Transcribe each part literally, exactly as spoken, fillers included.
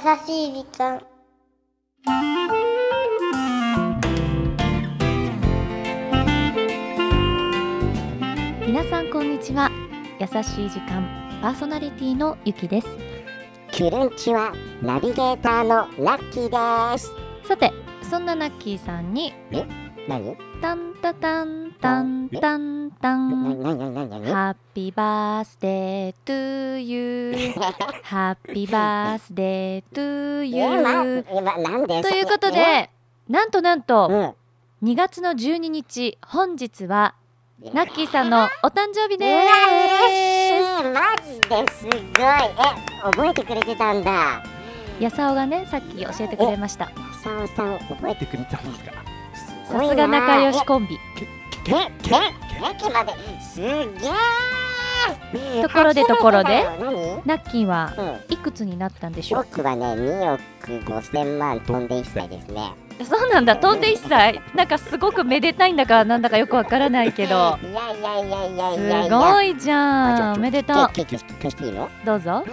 しい時間。 皆さんこんにちは。優しい時間パーソナリティのゆきです。 キュルンチはナビゲーターのラッキーです。 さて、そんなラッキーさんにえ何タンタタンタンタンタン何何何何ハッピーバースデートゥーユーハッピーバースデートゥーユーえ、ま、なんでということで、なんとなんと、 うん、 にがつのじゅうににち、本日はラッキーさんのお誕生日うでわーす。 嬉しい、マジですごい。え、覚えてくれてたんだ。 やさおがね、さっき教えてくれました。 さおさん覚えてくれたんですか。 さすが仲良しコンビ。 けけけけまですげー。 ところでところで何？ ラッキーはうん、 いくつになったんでしょう。 僕はねにおくごせんまん飛んでいっさいですね。 そうなんだ、飛んでいっさい。なんかすごくめでたいんだかなんだかよくわからないけど、 いやいやいやいやいやいすや。 ごいじゃん。おめでとう。 けけ消していいの？ どうぞ。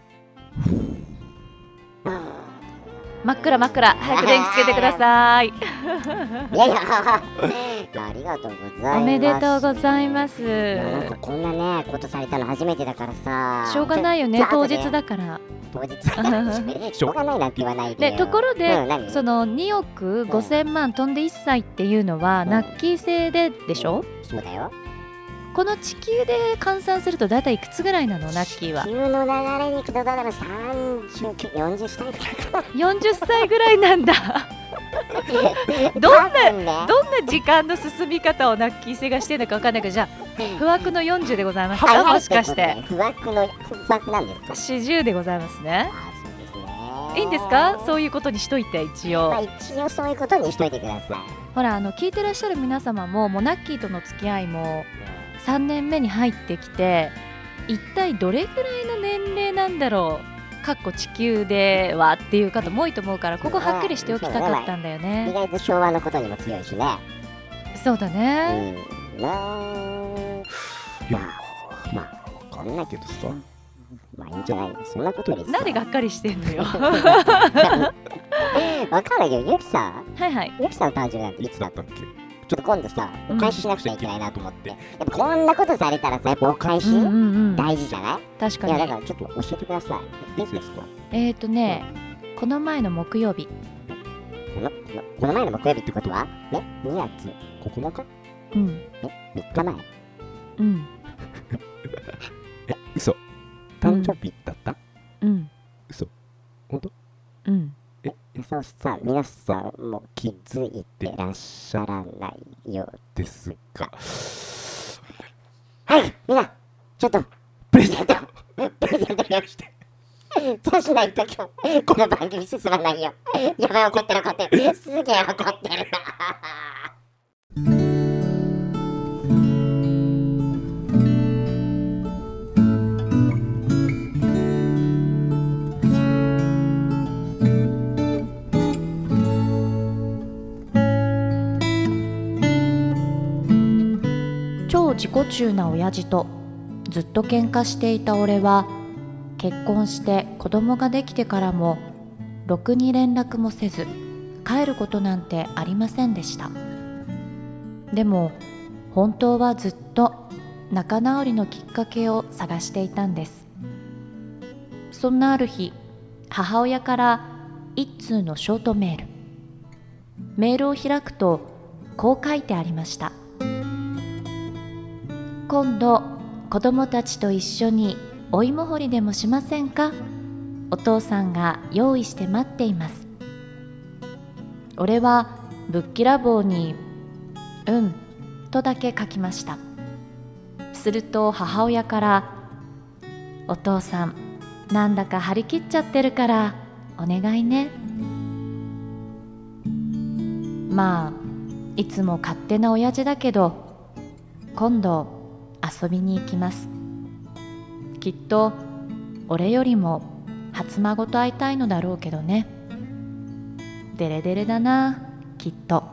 真っ暗真っ暗。早く電気つけてください。 いやいやありがとうございます。 おめでとうございます。 いやなんかこんなねことされたの初めてだからさ。 しょうがないよね、当日だから。 当日しょうがないなんて言わないでよ。 でところで、 うん、何そのにおくごせんまん飛んでいっさいっていうのは、 うんラッキー星ででしょ、 そうだよ。 この地球で換算するとだいたいいくつぐらいなの、ラッキーは。 地球の流れでいくとだからさんじゅうきゅう、よんじゅっさいくらいかな。 よんじゅっさいぐらいなんだ。どんな多分ねどんな時間の進み方をラッキー星がしてるのか分かんないけど、じゃあ不惑のよんじゅうでございますか、 早いもしかして不惑の不惑なんですか。 よんじゅうでございますね。 あ、そうですね。 いいんですか、そういうことにしといて。一応、 まあ一応そういうことにしといてください。 ほら、あの聞いてらっしゃる皆様ももうラッキーとの付き合いもさんねんめに入ってきて、一体どれぐらいの年齢なんだろう、かっこ地球ではっていう方も多いと思うから、ここはっきりしておきたかったんだよ意ね。 外と昭和のことにも強いしね。 そうだね、 うん、なあ、まあまあわかんないけどさ、まあいいんじゃないの、そんなことよりさ。 なんでがっかりしてんのよ。 わかんないけど、ゆきさんはいはい。 ゆきさんの誕生日なんていつだったっけ。ちょっと今度さお返ししなくちゃいけないなと思って、やっぱこんなことされたらさ、やっぱお返し、 うんうんうん、 大事じゃない。 確かいやだに。 からちょっと教えてください。いつですか。 えーとね、この前の木曜日。 このこのこの前の木曜日ってことはね、にがつここのか。 うんえ、みっかまえ。 うんえ、嘘。誕生日だった、 うん嘘。ほんと。 うんそうさ、皆さんも気づいてらっしゃらないようですが。 はい、みんな、ちょっと、プレゼント、プレゼント用意して。そうしないと今日、この番組進まないよ。やばい、怒ってる怒ってる。すげえ怒ってる。 超自己中な親父とずっと喧嘩していた俺は、結婚して子供ができてからもろくに連絡もせず帰ることなんてありませんでした。でも本当はずっと仲直りのきっかけを探していたんです。そんなある日、母親から一通のショートメール。メールを開くとこう書いてありました。今度子供たちと一緒にお芋掘りでもしませんか。お父さんが用意して待っています。俺はぶっきらぼうにうんとだけ書きました。すると母親から、お父さんなんだか張り切っちゃってるからお願いね。まあいつも勝手な親父だけど、今度遊びに行きます。きっと俺よりも初孫と会いたいのだろうけどね。デレデレだな、きっと。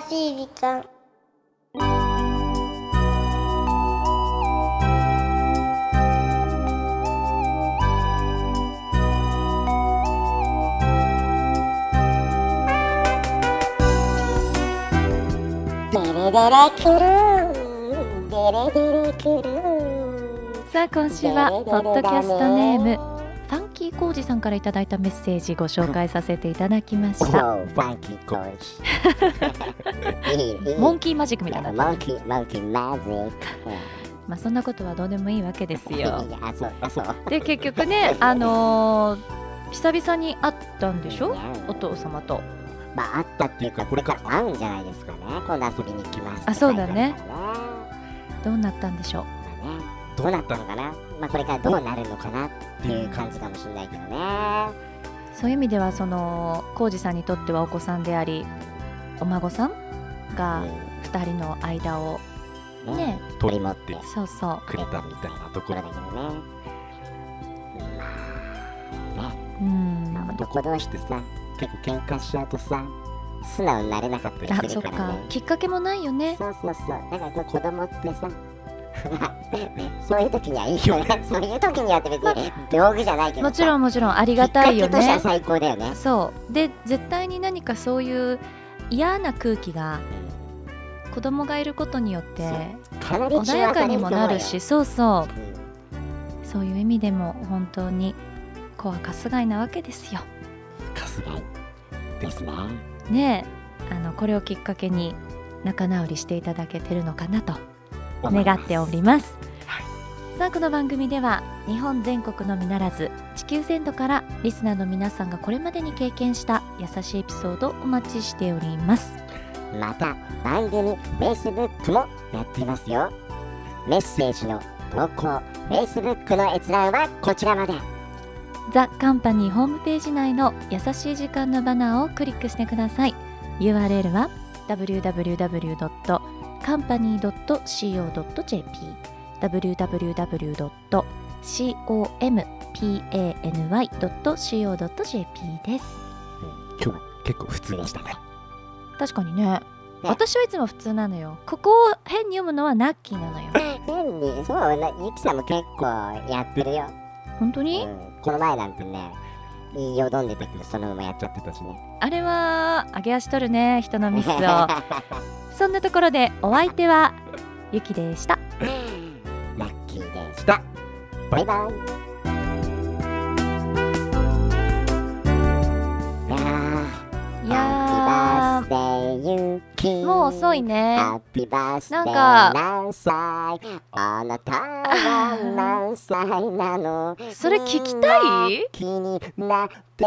しい時間。デレデレクルーデレデレクルー。 さあ今週はポッドキャストネームファンキーコージさんからいただいたメッセージご紹介させていただきました。 ファンキーコージモンキーマジックみたいな。 モンキーモンキーマジック。 まあそんなことはどうでもいいわけですよ。 あ、そうあそうで結局ね、あのー、久々に会ったんでしょ、お父様と。 まあ会ったっていうかこれから会うんじゃないですかね。今度遊びに来ます。 あ、そうだね。どうなったんでしょう。 まあね、どうなったのかな。まあこれからどうなるのかなっていう感じかもしれないけどね。 そういう意味ではそのコージさんにとってはお子さんでありお孫さんがふたりの間をね、ね取り持ってそうそうくれたみたいなところだけどね。 まあね、 うん、 まあ、男同士ってさ結構喧嘩しちゃうとさ素直になれなかったりあ、そっかするからね。 きっかけもないよね。 そうそうそう。だからこう子供ってさそういう時にはいいよね。そういう時にはって別に道具じゃないけどさ、 もちろんもちろんありがたいよきっかけとしてはね。 最高だよね。 そうで絶対に何かそういう嫌な空気が子供がいることによってかなり穏やかにもなるし、そうそううんそういう意味でも本当に子はかすがいなわけですよ。 かすがいですね。 ねえ、あのこれをきっかけに仲直りしていただけてるのかなと願っております。 はい、 さあこの番組では日本全国のみならず地球全土からリスナーの皆さんがこれまでに経験した優しいエピソードをお待ちしております。 また番組 Facebook もやっていますよ。メッセージの投稿 Facebook の閲覧はこちらまで。 ザ・カンパニーホームページ内の優しい時間のバナーをクリックしてください。 ユーアールエル は ダブリューダブリューダブリュードットカンパニードットコードットジェーピー ダブリューダブリューダブリュードットカンパニードットコードットジェーピー です。 今日は結構普通でしたね。 確かにね、私はいつも普通なのよ。ここを変に読むのはナッキーなのよ。 変にそうな、ゆきさんも結構やってるよ。 本当に、 うん、この前なんてね言いよどんでたけどそのままやっちゃってたしね。 あれは上げ足取るね、人のミスをそんなところでお相手はゆきでした。 ラッキーでした。バイバイ。 いやーもう遅いね。 なんか何歳あなたは何歳なの。 それ聞きたい？ 気になって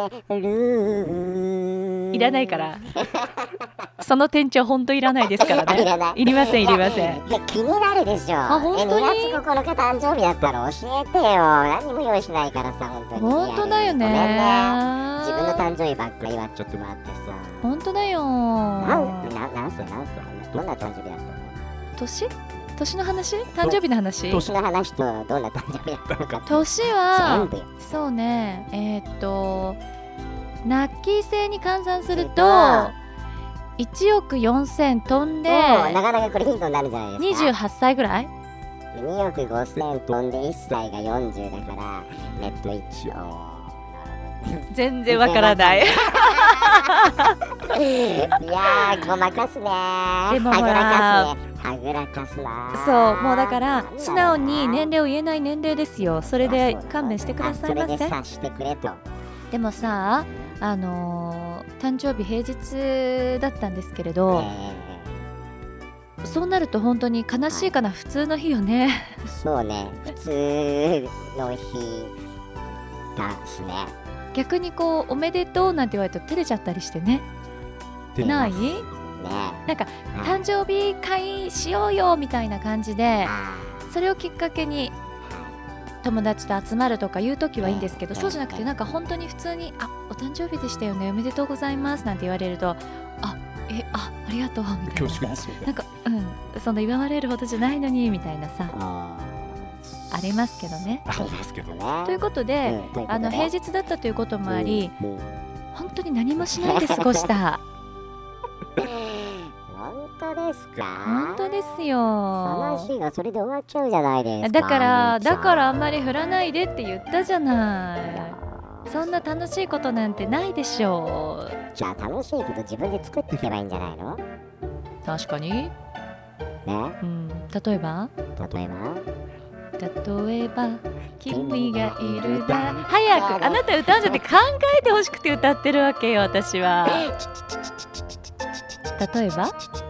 る。 いらないからその店長ほんといらないですからね。 いらない。 いりませんいりません。 いや気になるでしょ。 あ、本当に？ えにがつここのか誕生日だったら教えてよ。何も用意しないからさ、本当に。 本当だよね。 ごめんね。自分の誕生日ばっかり祝っちゃってもらってさ。 本当だよ。 なんな何歳何歳どんな誕生日だったの？ 年？年の話？誕生日の話？ 年の話とどんな誕生日だったのか。 年は全部。 そうね、えー、っとナッキー制に換算するといちおくよんせん飛んでなかなかこれヒントになるじゃないですか。 にじゅうはっさいぐらい？ におくごせん飛んでいっさいがよんじゅうだからえっと一応全然わからないいやーごまかすねー。 でもほらはぐらかすねはぐらかすなー。 そうもうだから素直に年齢を言えない年齢ですよ。それで勘弁してくださいませ。 それで察してくれと。 でもさあのー、誕生日平日だったんですけれど、 えー、 そうなると本当に悲しいかな、はい、普通の日よね。 そうね普通の日だしね。 逆にこうおめでとうなんて言われると照れちゃったりしてね。ない？ね、なんか誕生日会しようよみたいな感じでそれをきっかけに友達と集まるとかいう時はいいんですけど、そうじゃなくてなんか本当に普通にあお誕生日でしたよねおめでとうございますなんて言われるとあえあありがとうみたいな、なんかうんその祝われるほどじゃないのにみたいなさ あ, ありますけどね。 ありますけどね。 ということで、うん、あの平日だったということもあり、うんうん、本当に何もしないで過ごした。 なん当ですか？ 本当ですよ。 話がそれで終わっちゃうじゃないですか。 だから兄ちゃんだからあんまり振らないでって言ったじゃない。そんな楽しいことなんてないでしょう。 じゃあ楽しいこと自分で作っていけばいいんじゃないの？ 確かに、 ね、 うん、例えば例えば例えば君がいるだ早くあなた歌うんじゃなくて考えてほしくて歌ってるわけよ私は。例えば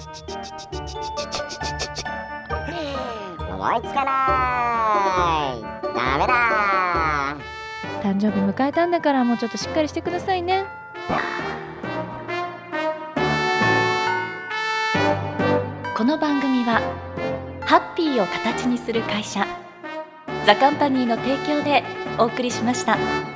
思いつかない。ダメだ。 誕生日迎えたんだからもうちょっとしっかりしてくださいね。この番組はハッピーを形にする会社ザカンパニーの提供でお送りしました。